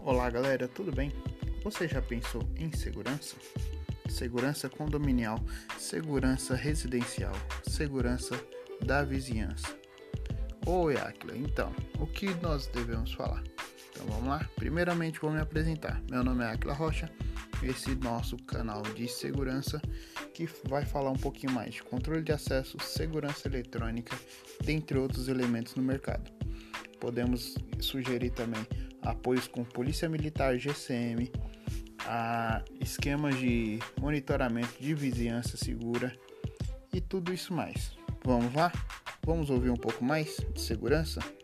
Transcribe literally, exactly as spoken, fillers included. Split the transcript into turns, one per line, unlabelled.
Olá galera, tudo bem? Você já pensou em segurança? Segurança condominial, segurança residencial, segurança da vizinhança. Oi, Aquila, então, o que nós devemos falar? Então vamos lá? Primeiramente vou me apresentar. Meu nome é Aquila Rocha, esse é nosso canal de segurança que vai falar um pouquinho mais de controle de acesso, segurança eletrônica, dentre outros elementos no mercado. Podemos sugerir também apoios com Polícia Militar, G C M, a esquemas de monitoramento de vizinhança segura e tudo isso mais. Vamos lá? Vamos ouvir um pouco mais de segurança?